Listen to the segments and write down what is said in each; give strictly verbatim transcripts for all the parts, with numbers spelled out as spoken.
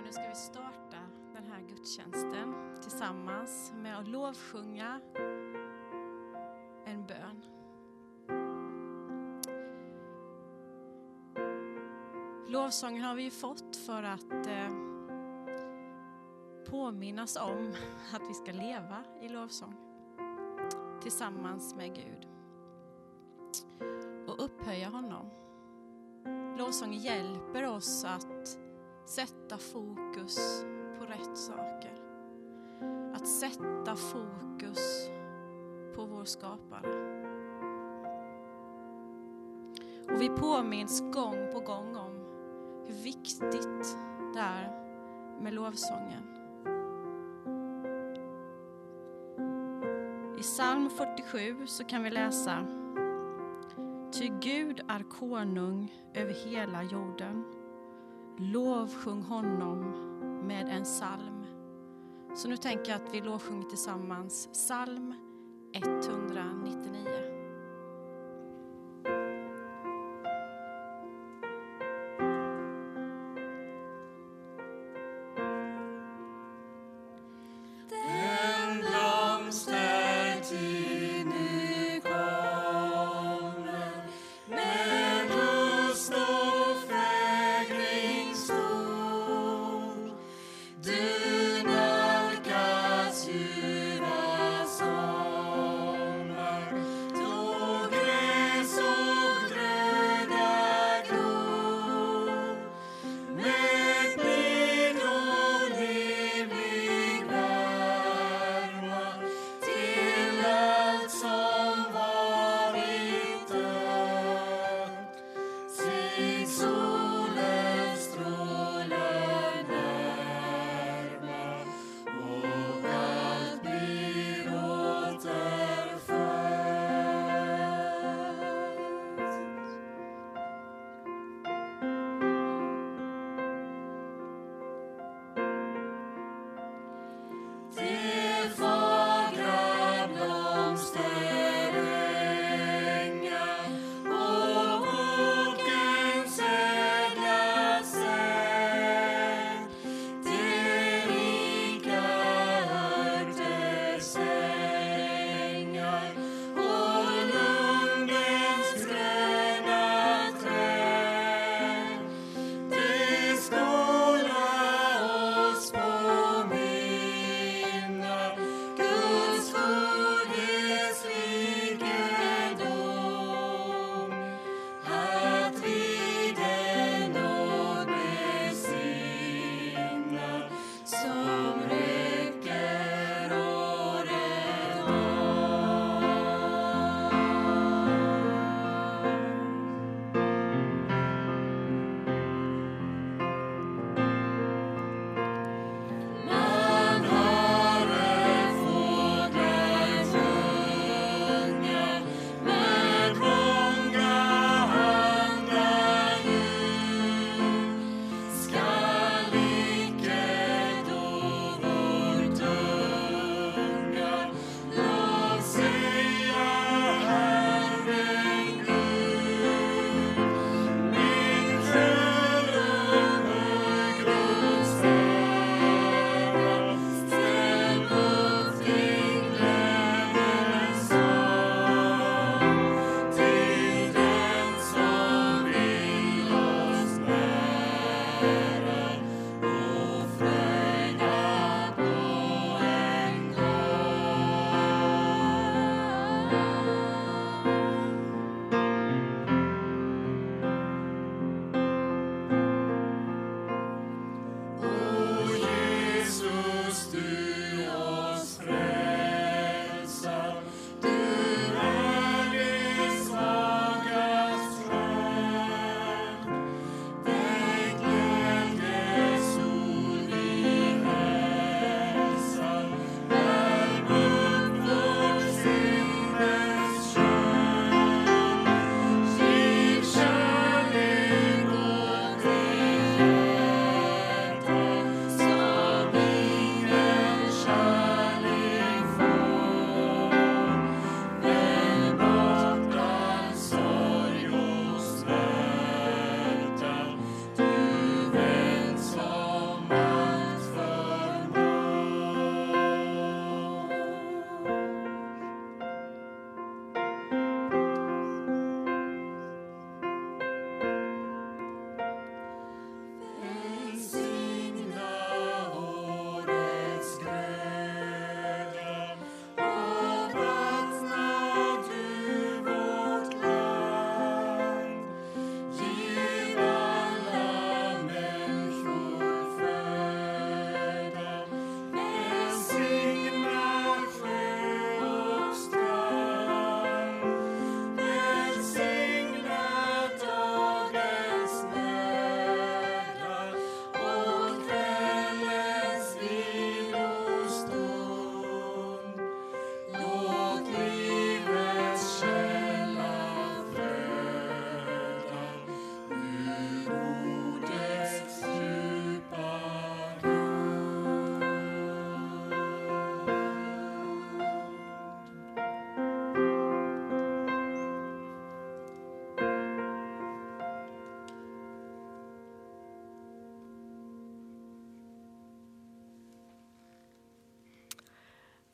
nu ska vi starta den här gudstjänsten tillsammans med att lovsjunga en bön. Lovsången har vi ju fått för att eh, påminnas om att vi ska leva i lovsång tillsammans med Gud och upphöja honom. Lovsången hjälper oss att sätta fokus på rätt saker. Att sätta fokus på vår skapare. Och vi påminns gång på gång om hur viktigt det är med lovsången. I psalm fyrtiosju så kan vi läsa: Ty Gud är konung över hela jorden. Lovsjung honom med en psalm. Så nu tänker jag att vi lovsjunger tillsammans psalm etthundranittionio. Du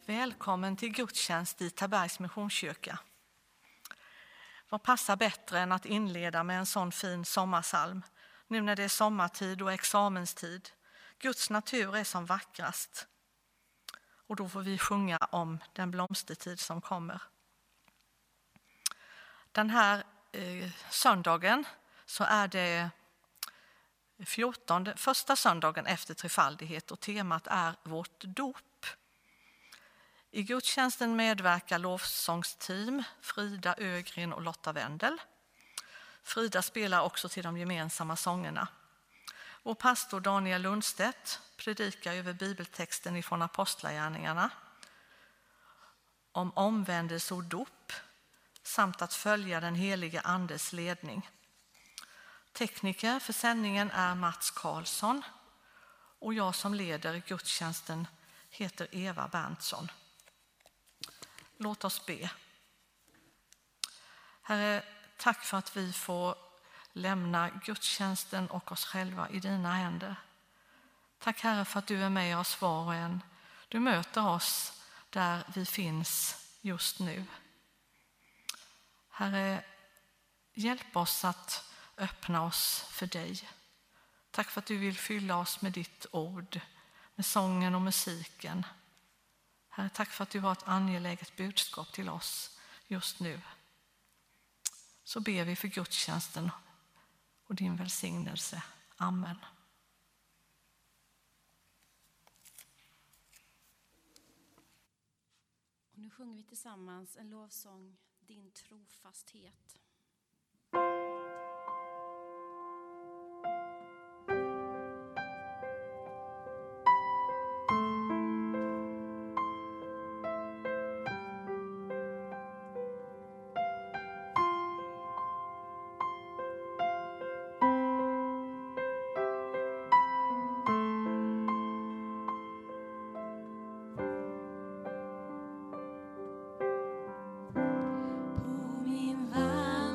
Välkommen till gudstjänst i Tabergs Missionskyrka. Vad passar bättre än att inleda med en sån fin sommarsalm, nu när det är sommartid och examenstid. Guds natur är som vackrast. Och då får vi sjunga om den blomstertid som kommer. Den här eh, söndagen så är det fjortonde, första söndagen efter trefaldighet och temat är vårt dop. I gudstjänsten medverkar lovsångsteam Frida Ögren och Lotta Wendel. Frida spelar också till de gemensamma sångerna. Vår pastor Daniel Lundstedt predikar över bibeltexten ifrån Apostlagärningarna om omvändelse och dop samt att följa den helige andes ledning. Tekniker för sändningen är Mats Karlsson och jag som leder gudstjänsten heter Eva Berntsson. Låt oss be. Herre, tack för att vi får lämna gudstjänsten och oss själva i dina händer. Tack Herre för att du är med oss var och en. Du möter oss där vi finns just nu. Herre, hjälp oss att öppna oss för dig. Tack för att du vill fylla oss med ditt ord, med sången och musiken. Herre, tack för att du har ett angeläget budskap till oss just nu. Så ber vi för gudstjänsten och din välsignelse. Amen. Och nu sjunger vi tillsammans en lovsång, Din trofasthet. På min värld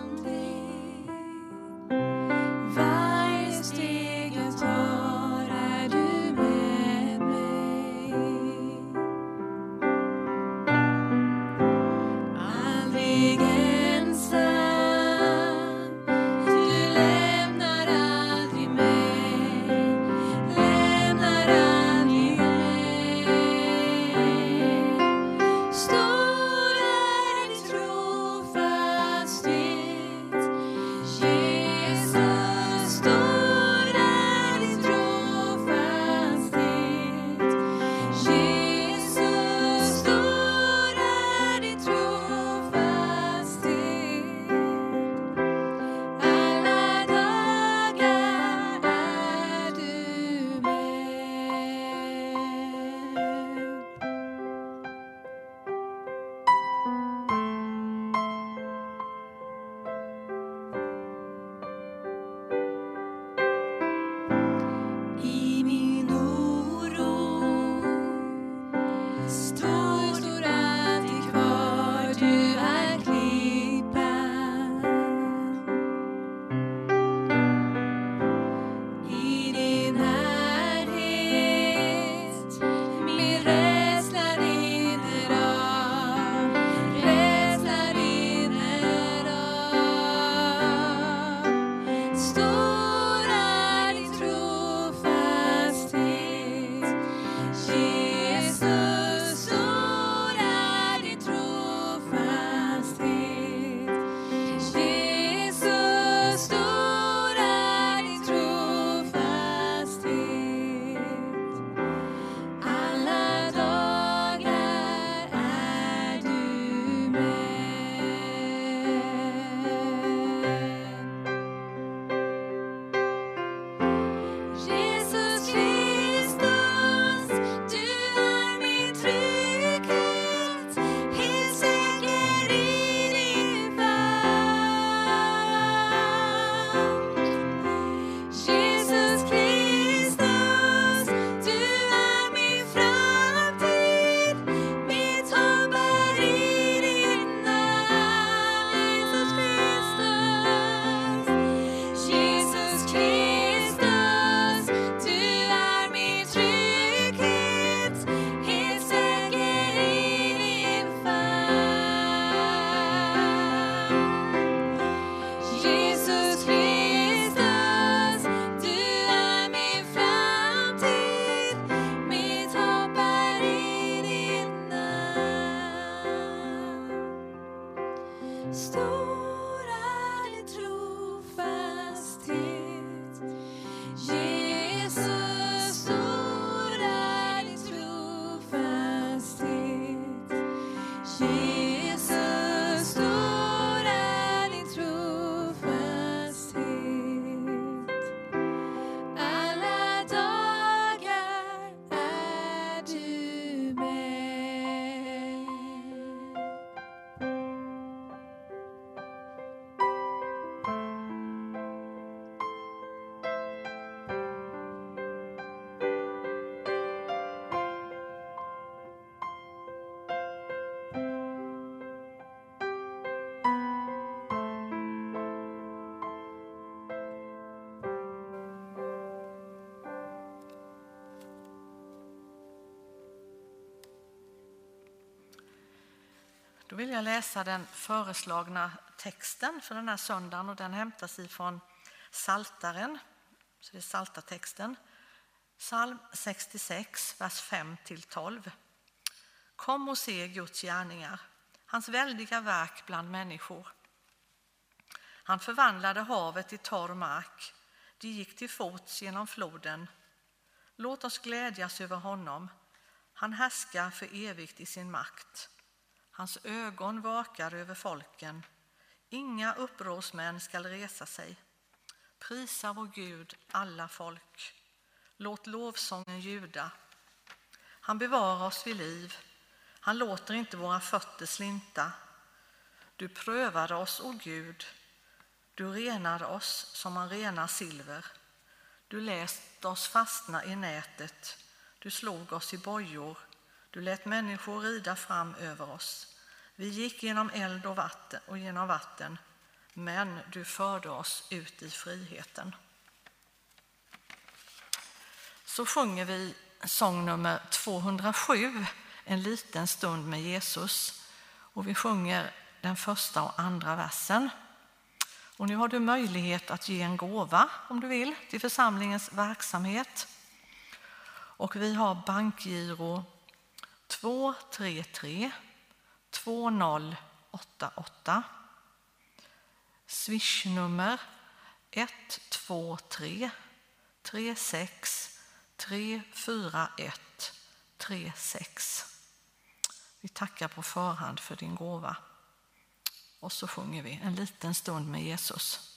Då vill jag läsa den föreslagna texten för den här söndagen och den hämtas ifrån Psaltaren, så det är Psaltartexten. Psalm sextiosex, vers fem till tolv. Kom och se Guds gärningar, hans väldiga verk bland människor. Han förvandlade havet i torr mark, de gick till fots genom floden. Låt oss glädjas över honom, han härskar för evigt i sin makt. Hans ögon vakar över folken, inga upprorsmän skall resa sig. Prisa vår Gud alla folk, låt lovsången ljuda. Han bevarar oss vid liv, han låter inte våra fötter slinta. Du prövade oss, o Gud, du renade oss som man renar silver. Du lät oss fastna i nätet, du slog oss i bojor, du lät människor rida fram över oss. Vi gick genom eld och vatten och genom vatten, men du förde oss ut i friheten. Så sjunger vi sång nummer tvåhundrasju, En liten stund med Jesus. Och vi sjunger den första och andra versen. Och nu har du möjlighet att ge en gåva om du vill till församlingens verksamhet. Och vi har bankgiro två tre tre två noll åtta åtta. Swishnummer ett två tre tre sex tre fyra ett tre sex. Vi tackar på förhand för din gåva. Och så sjunger vi En liten stund med Jesus.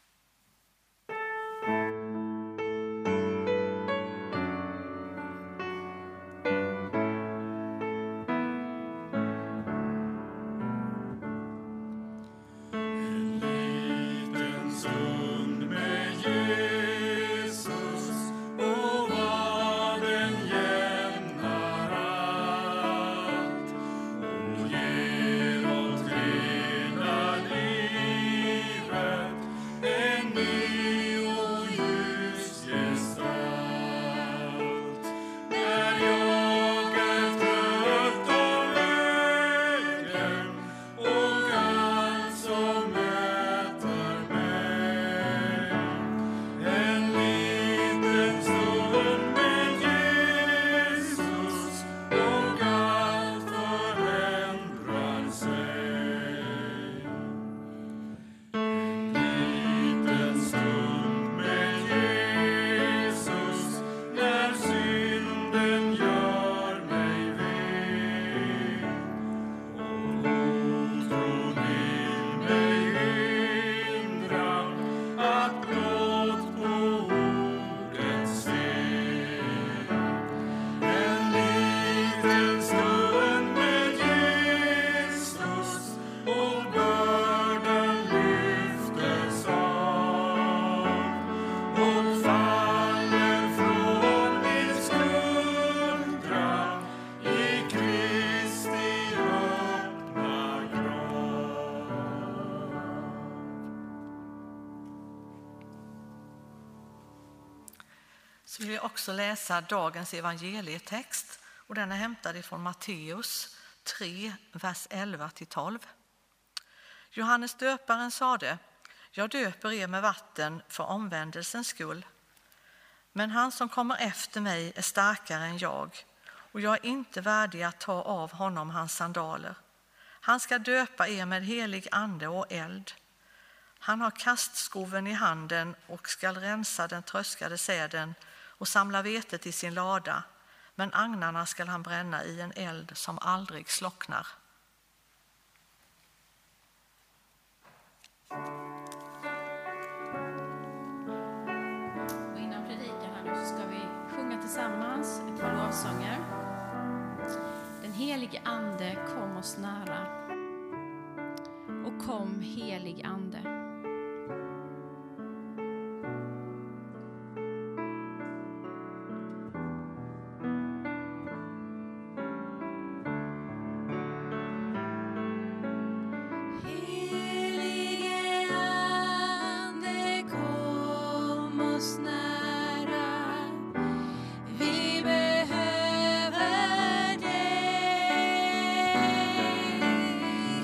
Så vill jag också läsa dagens evangelietext och den är hämtad från Matteus tre, vers elva till tolv. Johannes döparen sade: Jag döper er med vatten för omvändelsens skull. Men han som kommer efter mig är starkare än jag, och jag är inte värdig att ta av honom hans sandaler. Han ska döpa er med helig ande och eld. Han har kastskoven i handen och ska rensa den tröskade säden och samla vetet i sin lada, men agnarna ska han bränna i en eld som aldrig slocknar. Och innan predikan här nu så ska vi sjunga tillsammans ett par lovsånger. Den helige ande kom oss nära, och kom helig ande. Vi behöver dig.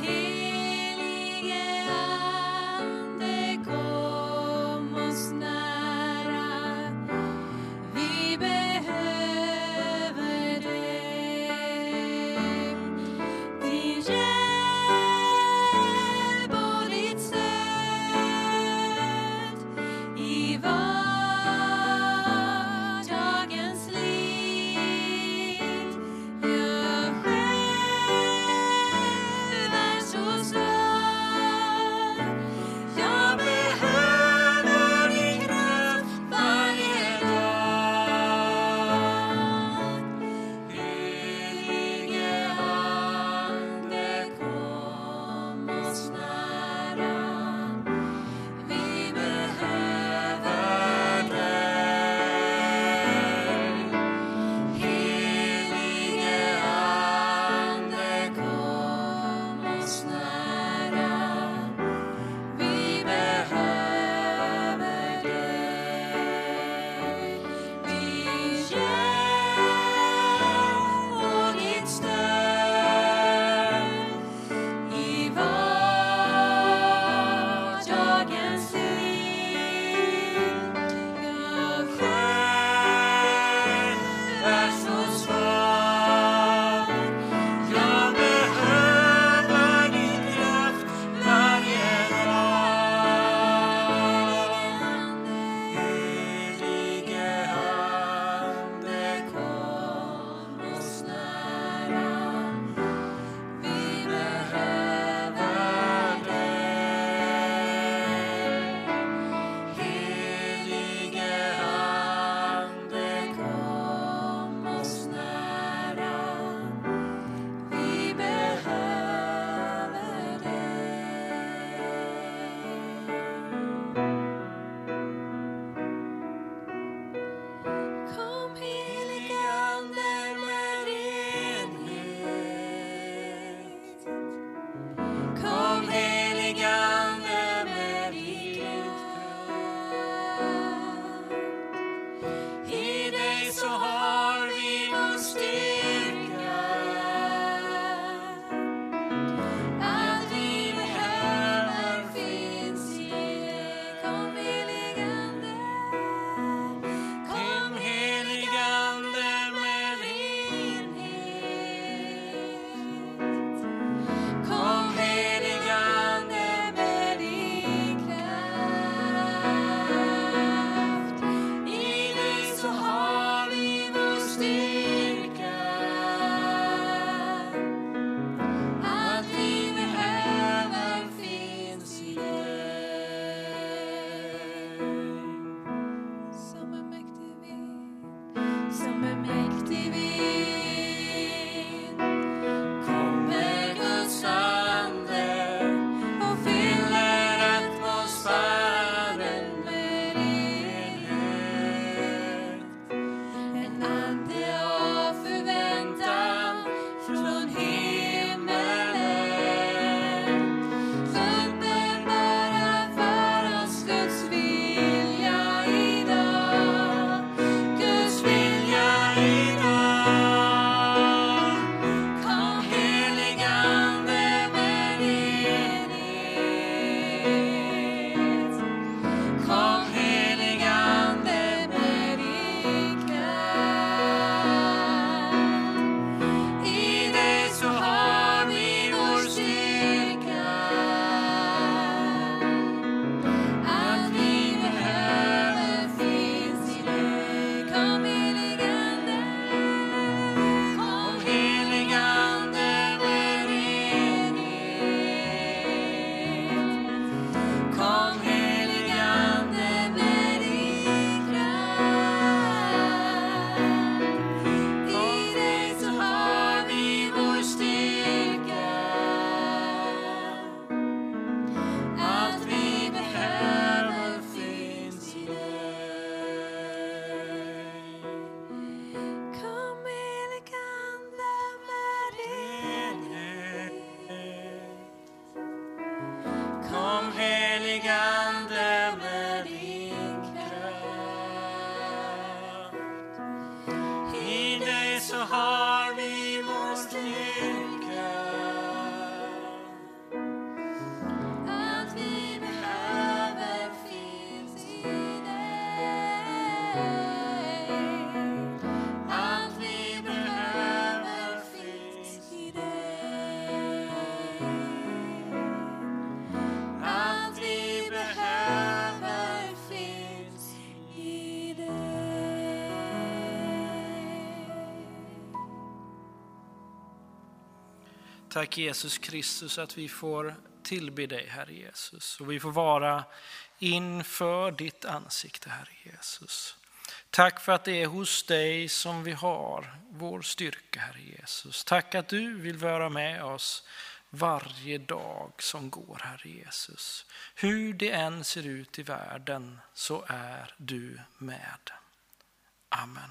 Tack Jesus Kristus att vi får tillbe dig, Herre Jesus. Och vi får vara inför ditt ansikte, Herre Jesus. Tack för att det är hos dig som vi har vår styrka, Herre Jesus. Tack att du vill vara med oss varje dag som går, Herre Jesus. Hur det än ser ut i världen så är du med. Amen.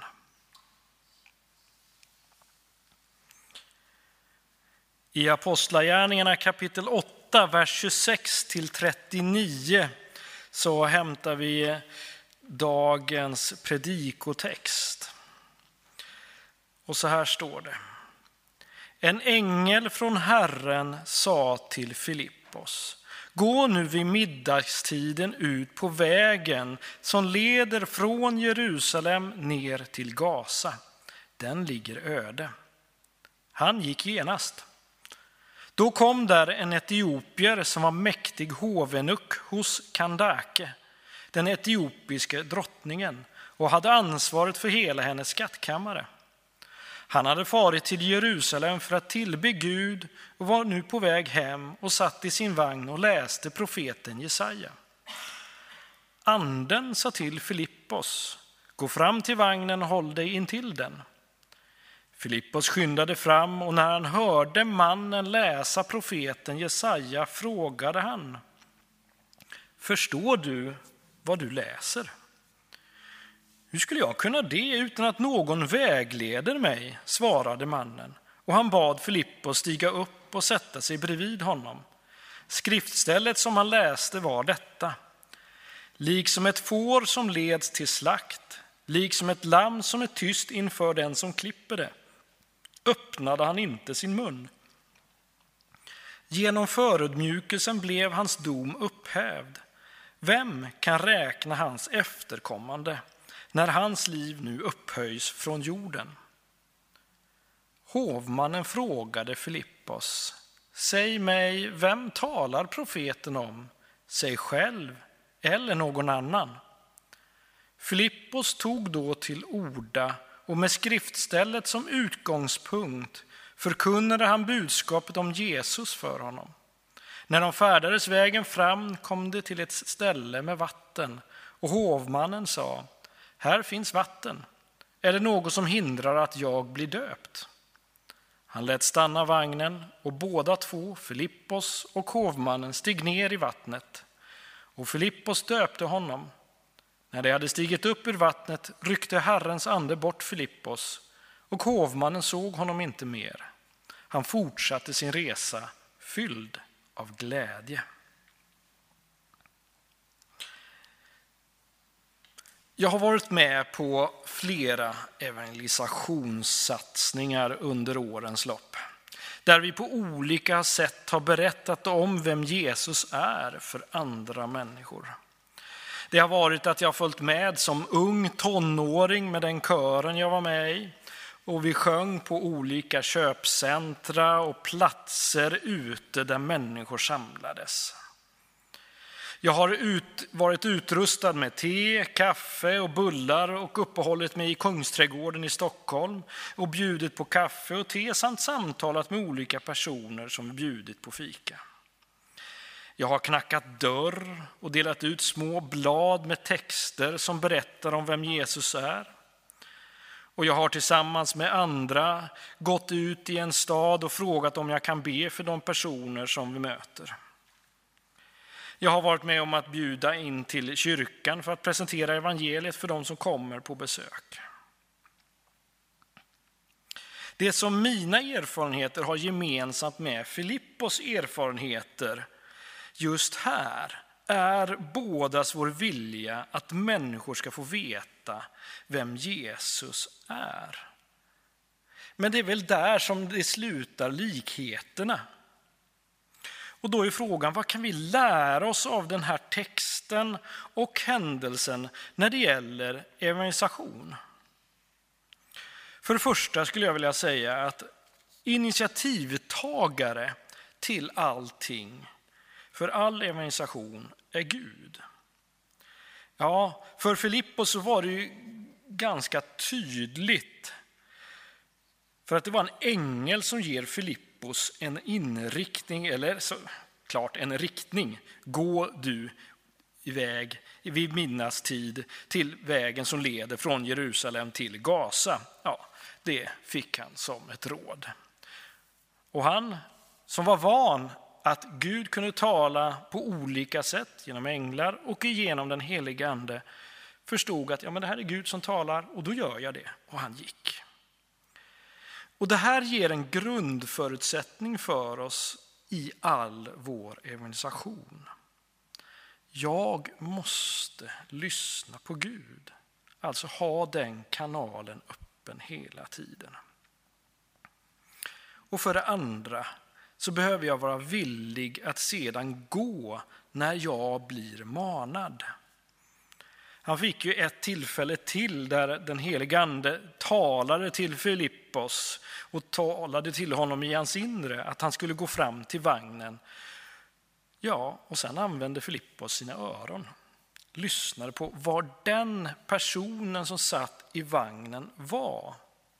I Apostlagärningarna kapitel åtta, vers tjugosex till trettionio så hämtar vi dagens predikotext. Och så här står det. En ängel från Herren sa till Filippos: gå nu vid middagstiden ut på vägen som leder från Jerusalem ner till Gaza. Den ligger öde. Han gick genast. Då kom där en etiopier som var mäktig hovenuck hos Kandake, den etiopiske drottningen, och hade ansvaret för hela hennes skattkammare. Han hade farit till Jerusalem för att tillbe Gud och var nu på väg hem och satt i sin vagn och läste profeten Jesaja. Anden sa till Filippos: gå fram till vagnen och håll dig intill den. Filippos skyndade fram, och när han hörde mannen läsa profeten Jesaja frågade han: förstår du vad du läser? Hur skulle jag kunna det utan att någon vägleder mig, svarade mannen, och han bad Filippos stiga upp och sätta sig bredvid honom. Skriftstället som han läste var detta: liksom ett får som leds till slakt, liksom ett lamm som är tyst inför den som klipper det, öppnade han inte sin mun. Genom förödmjukelsen blev hans dom upphävd. Vem kan räkna hans efterkommande när hans liv nu upphöjs från jorden? Hovmannen frågade Filippos: säg mig, vem talar profeten om, sig själv eller någon annan? Filippos tog då till orda, och med skriftstället som utgångspunkt förkunnade han budskapet om Jesus för honom. När de färdades vägen fram kom det till ett ställe med vatten, och hovmannen sa: här finns vatten. Är det något som hindrar att jag blir döpt? Han lät stanna vagnen, och båda två, Filippos och hovmannen, steg ner i vattnet. Och Filippos döpte honom. När de hade stigit upp ur vattnet ryckte Herrens ande bort Filippos, och hovmannen såg honom inte mer. Han fortsatte sin resa fylld av glädje. Jag har varit med på flera evangelisationssatsningar under årens lopp, där vi på olika sätt har berättat om vem Jesus är för andra människor. Det har varit att jag har följt med som ung tonåring med den kören jag var med i, och vi sjöng på olika köpcentra och platser ute där människor samlades. Jag har ut, varit utrustad med te, kaffe och bullar och uppehållit mig i Kungsträdgården i Stockholm och bjudit på kaffe och te samt samtalat med olika personer som bjudit på fika. Jag har knackat dörr och delat ut små blad med texter som berättar om vem Jesus är. Och jag har tillsammans med andra gått ut i en stad och frågat om jag kan be för de personer som vi möter. Jag har varit med om att bjuda in till kyrkan för att presentera evangeliet för de som kommer på besök. Det som mina erfarenheter har gemensamt med Filippos erfarenheter just här är bådas vår vilja att människor ska få veta vem Jesus är. Men det är väl där som det slutar likheterna. Och då är frågan, vad kan vi lära oss av den här texten och händelsen när det gäller evangelisation? För det första skulle jag vilja säga att initiativtagare till allting, för all evangelisation, är Gud. Ja, för Filippos så var det ju ganska tydligt. För att det var en ängel som ger Filippos Filippos en inriktning, eller så klart en riktning. Gå du iväg vid middagstid till vägen som leder från Jerusalem till Gaza. Ja, det fick han som ett råd. Och han som var van att Gud kunde tala på olika sätt genom änglar och genom den heliga ande förstod att ja, men det här är Gud som talar och då gör jag det. Och han gick. Och det här ger en grundförutsättning för oss i all vår evangelisation. Jag måste lyssna på Gud. Alltså ha den kanalen öppen hela tiden. Och för det andra så behöver jag vara villig att sedan gå när jag blir manad. Han fick ju ett tillfälle till där den helige ande talade till Filippos och talade till honom i hans inre att han skulle gå fram till vagnen. Ja, och sen använde Filippos sina öron. Lyssnade på vad den personen som satt i vagnen var.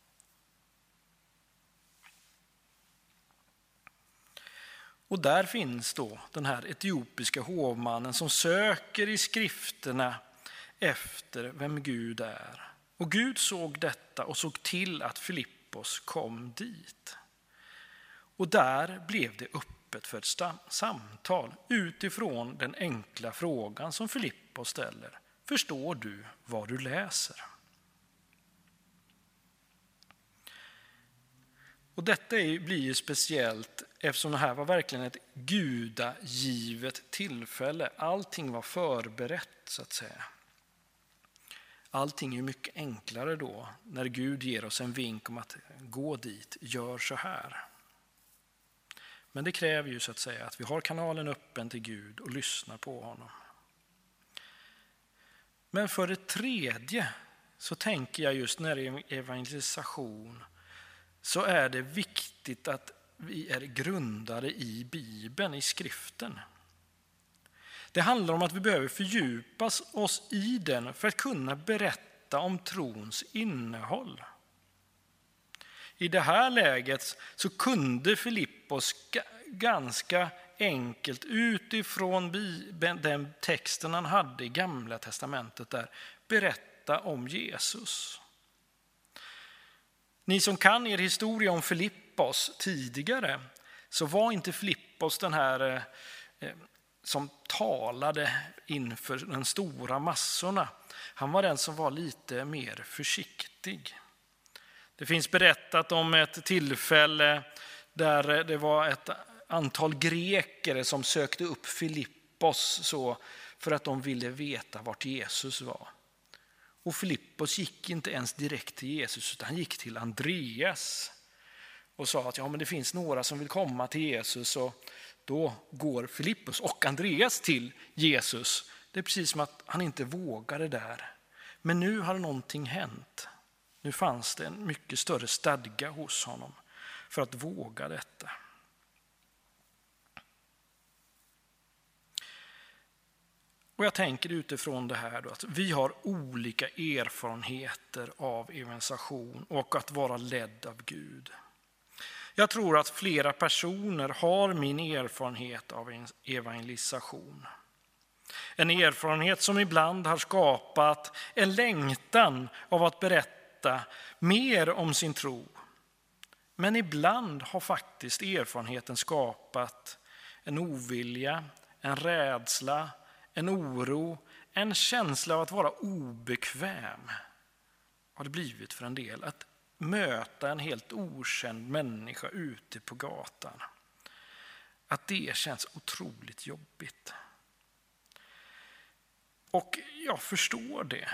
Och där finns då den här etiopiska hovmannen som söker i skrifterna efter vem Gud är. Och Gud såg detta och såg till att Filippos kom dit. Och där blev det öppet för ett samtal utifrån den enkla frågan som Filippos ställer. Förstår du vad du läser? Och detta blir ju speciellt eftersom det här var verkligen ett gudagivet tillfälle. Allting var förberett så att säga. Allting är mycket enklare då när Gud ger oss en vink om att gå dit, gör så här. Men det kräver ju så att säga att vi har kanalen öppen till Gud och lyssnar på honom. Men för det tredje så tänker jag just när det är evangelisation så är det viktigt att vi är grundade i Bibeln, i skriften. Det handlar om att vi behöver fördjupa oss i den för att kunna berätta om trons innehåll. I det här läget så kunde Filippos ganska enkelt utifrån den texten han hade i Gamla testamentet där berätta om Jesus. Ni som kan er historia om Filippos tidigare så var inte Filippos den här eh, som talade inför de stora massorna. Han var den som var lite mer försiktig. Det finns berättat om ett tillfälle där det var ett antal greker som sökte upp Filippos så för att de ville veta vart Jesus var. Och Filippos gick inte ens direkt till Jesus utan han gick till Andreas och sa att ja, men det finns några som vill komma till Jesus, och då går Filippos och Andreas till Jesus. Det är precis som att han inte vågade där. Men nu har någonting hänt. Nu fanns det en mycket större stadga hos honom för att våga detta. Och jag tänker utifrån det här då att vi har olika erfarenheter av evangelisation och att vara ledd av Gud. Jag tror att flera personer har min erfarenhet av evangelisation. En erfarenhet som ibland har skapat en längtan av att berätta mer om sin tro. Men ibland har faktiskt erfarenheten skapat en ovilja, en rädsla, en oro, en känsla av att vara obekväm. Har det blivit för en del att möta en helt okänd människa ute på gatan. Att det känns otroligt jobbigt. Och jag förstår det.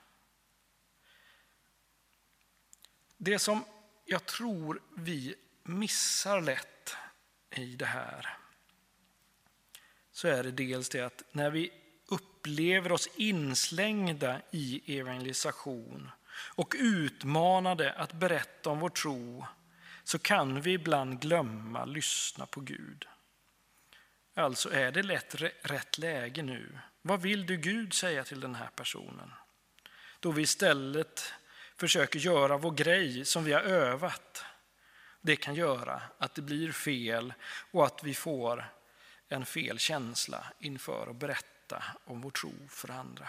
Det som jag tror vi missar lätt i det här, så är det dels det att när vi upplever oss inslängda i evangelisation och utmanade att berätta om vår tro, så kan vi ibland glömma lyssna på Gud. Alltså är det lätt rätt läge nu. Vad vill du Gud säga till den här personen? Då vi istället försöker göra vår grej som vi har övat. Det kan göra att det blir fel och att vi får en fel känsla inför att berätta om vår tro för andra.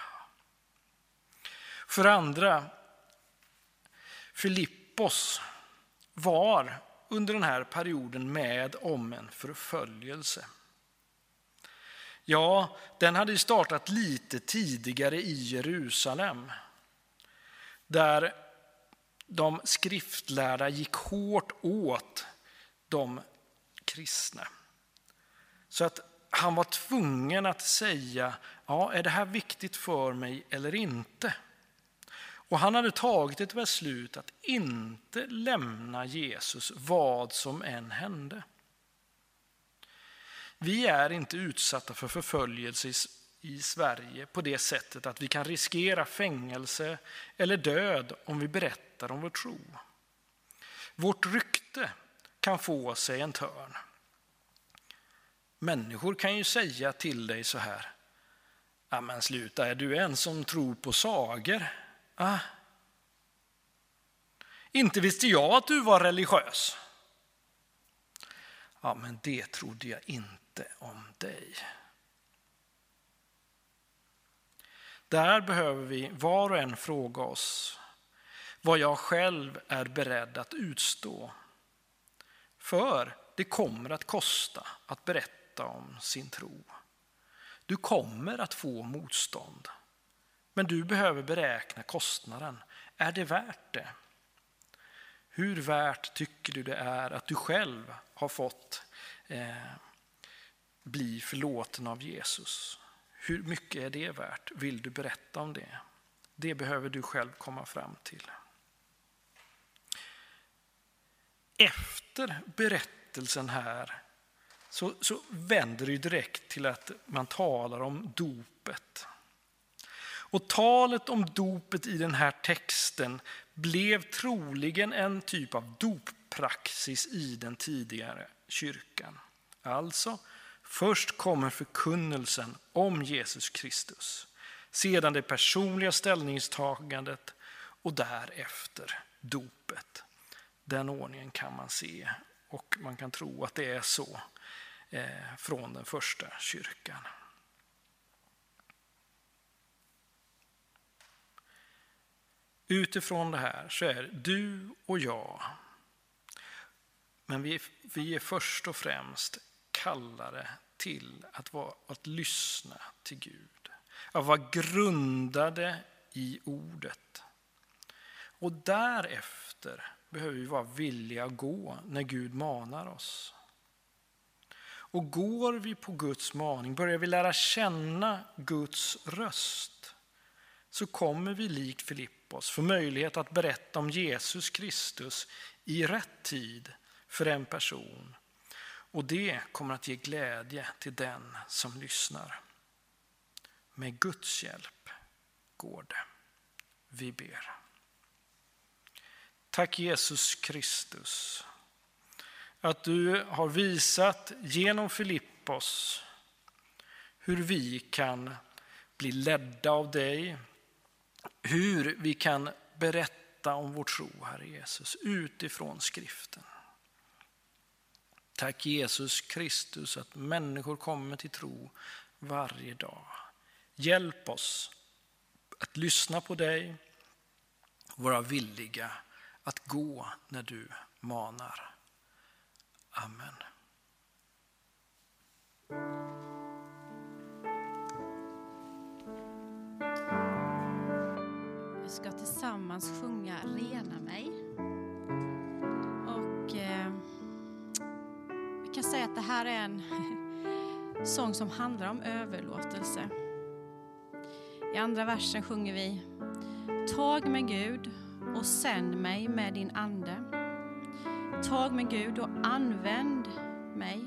För andra, Filippos var under den här perioden med om en förföljelse. Ja, den hade startat lite tidigare i Jerusalem, där de skriftlärda gick hårt åt de kristna. Så att han var tvungen att säga, ja, är det här viktigt för mig eller inte? Och han hade tagit ett beslut att inte lämna Jesus vad som än hände. Vi är inte utsatta för förföljelse i Sverige på det sättet att vi kan riskera fängelse eller död om vi berättar om vår tro. Vårt rykte kan få sig en törn. Människor kan ju säga till dig så här: ja, men sluta, är du en som tror på sagor? Ah. Inte visste jag att du var religiös. Ja, men det trodde jag inte om dig. Där behöver vi var och en fråga oss vad jag själv är beredd att utstå. För det kommer att kosta att berätta om sin tro. Du kommer att få motstånd. Men du behöver beräkna kostnaden. Är det värt det? Hur värt tycker du det är att du själv har fått eh, bli förlåten av Jesus? Hur mycket är det värt? Vill du berätta om det? Det behöver du själv komma fram till. Efter berättelsen här så, så vänder det direkt till att man talar om dopet. Och talet om dopet i den här texten blev troligen en typ av doppraxis i den tidigare kyrkan. Alltså, först kommer förkunnelsen om Jesus Kristus, sedan det personliga ställningstagandet och därefter dopet. Den ordningen kan man se, och man kan tro att det är så eh, från den första kyrkan. Utifrån det här så är du och jag, men vi, vi är först och främst kallade till att, vara, att lyssna till Gud. Att vara grundade i ordet. Och därefter behöver vi vara villiga att gå när Gud manar oss. Och går vi på Guds maning, börjar vi lära känna Guds röst, så kommer vi likt Filippos få möjlighet att berätta om Jesus Kristus i rätt tid för en person. Och det kommer att ge glädje till den som lyssnar. Med Guds hjälp går det. Vi ber. Tack Jesus Kristus att du har visat genom Filippos hur vi kan bli ledda av dig. Hur vi kan berätta om vår tro, Herre Jesus, utifrån skriften. Tack Jesus Kristus att människor kommer till tro varje dag. Hjälp oss att lyssna på dig och vara villiga att gå när du manar. Amen. Vi ska tillsammans sjunga Rena mig. Och eh, vi kan säga att det här är en sång som handlar om överlåtelse. I andra versen sjunger vi: Tag mig Gud och sänd mig med din ande. Tag mig Gud och använd mig.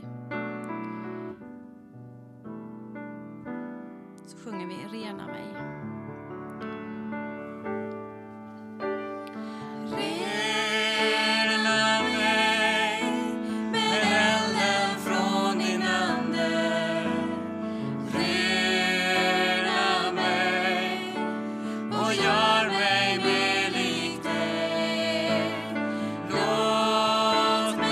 Så sjunger vi Rena mig. Låt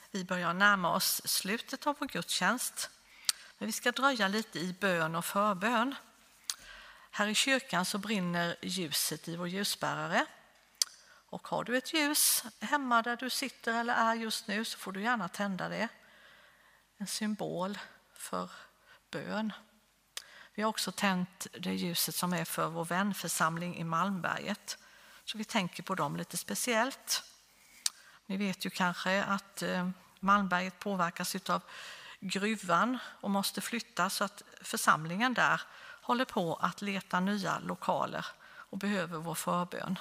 Vi börjar närma oss slutet av vår gudstjänst. Men vi ska dröja lite i bön och förbön. Här i kyrkan så brinner ljuset i vår ljusbärare. Och har du ett ljus hemma där du sitter eller är just nu så får du gärna tända det. En symbol för bön. Vi har också tänt det ljuset som är för vår vänförsamling i Malmberget. Så vi tänker på dem lite speciellt. Ni vet ju kanske att Malmberget påverkas av gruvan och måste flytta så att församlingen där håller på att leta nya lokaler och behöver vår förbön.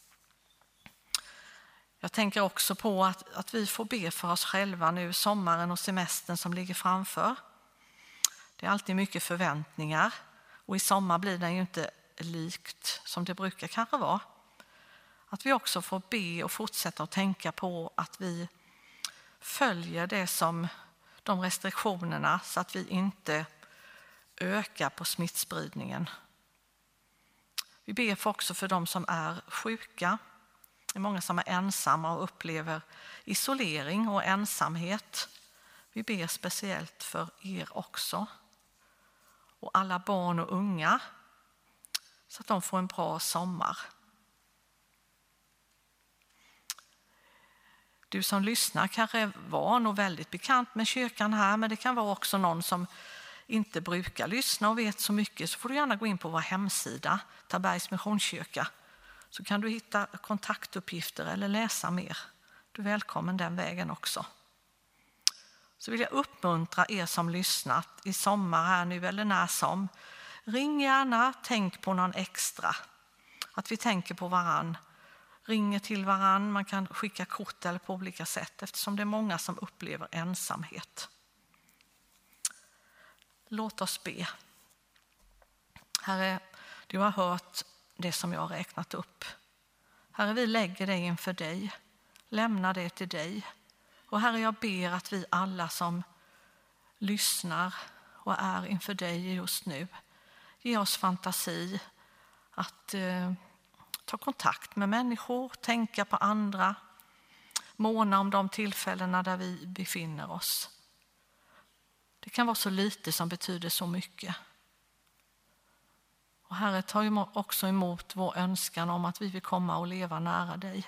Jag tänker också på att, att vi får be för oss själva nu sommaren och semestern som ligger framför. Det är alltid mycket förväntningar och i sommar blir det ju inte likt som det brukar kanske vara. Att vi också får be och fortsätta att tänka på att vi följer det som de restriktionerna så att vi inte ökar på smittspridningen. Vi ber för också för de som är sjuka. Det är många som är ensamma och upplever isolering och ensamhet. Vi ber speciellt för er också. Och alla barn och unga så att de får en bra sommar. Du som lyssnar kanske är van och väldigt bekant med kyrkan här, men det kan vara också någon som inte brukar lyssna och vet så mycket, så får du gärna gå in på vår hemsida, Tabergs Missionskyrka, så kan du hitta kontaktuppgifter eller läsa mer. Du är välkommen den vägen också. Så vill jag uppmuntra er som lyssnat i sommar här nu eller när som. Ring gärna, tänk på någon extra. Att vi tänker på varann. Ringer till varann, man kan skicka kort eller på olika sätt eftersom det är många som upplever ensamhet. Låt oss be. Herre, du har hört det som jag har räknat upp. Herre, vi lägger det inför dig. Lämnar det till dig. Och Herre, jag ber att vi alla som lyssnar och är inför dig just nu, ge oss fantasi att eh, ta kontakt med människor, tänka på andra, måna om de tillfällena där vi befinner oss. Det kan vara så lite som betyder så mycket. Och Herre, ta också emot vår önskan om att vi vill komma och leva nära dig.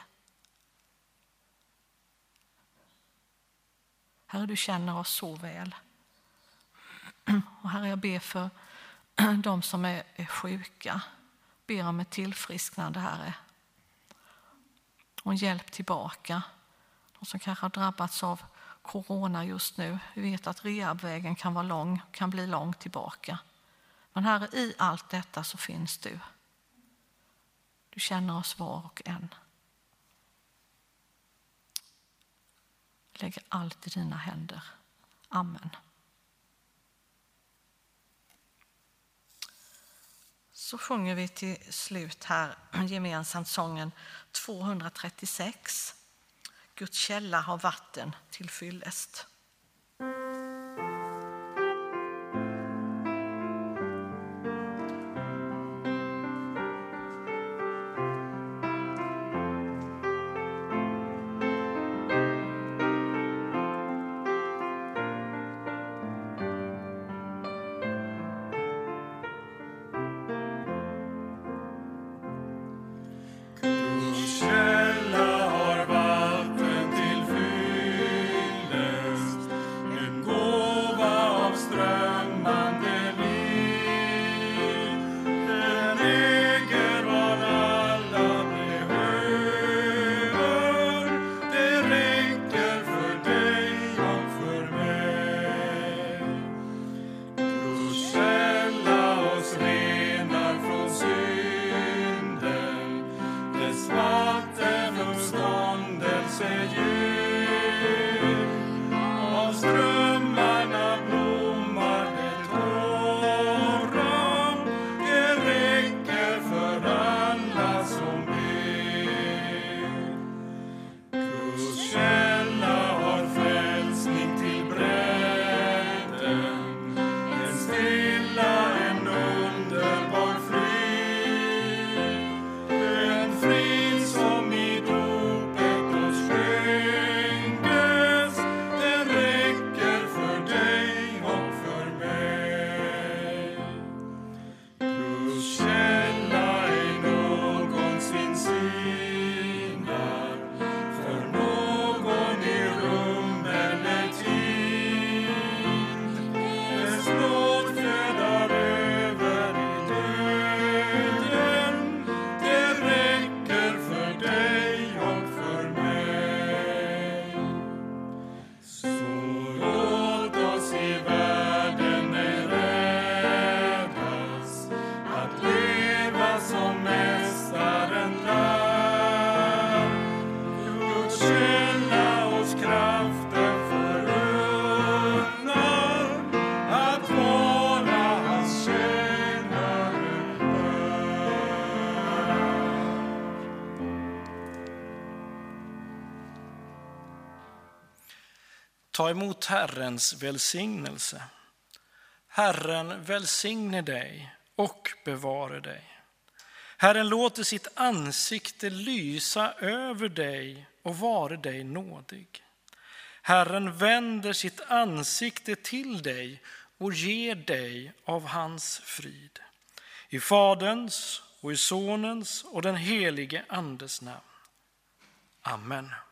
Herre, du känner oss så väl. Och Herre, jag ber för de som är sjuka. Ber om ett tillfrisknande, Herre. Och en hjälp tillbaka. De som kanske har drabbats av corona just nu. Vi vet att rehabvägen kan vara lång, kan bli lång tillbaka. Men Herre, i allt detta så finns du. Du känner oss var och en. Lägger allt i dina händer. Amen. Så sjunger vi till slut här gemensamt sången tvåhundratrettiosex. Guds källa har vatten till fyllest. Källa har vatten till fyllest. Ta emot Herrens välsignelse. Herren välsigne dig och bevare dig. Herren låter sitt ansikte lysa över dig och vare dig nådig. Herren vänder sitt ansikte till dig och ger dig av hans frid. I Faderns och i Sonens och den helige Andes namn. Amen.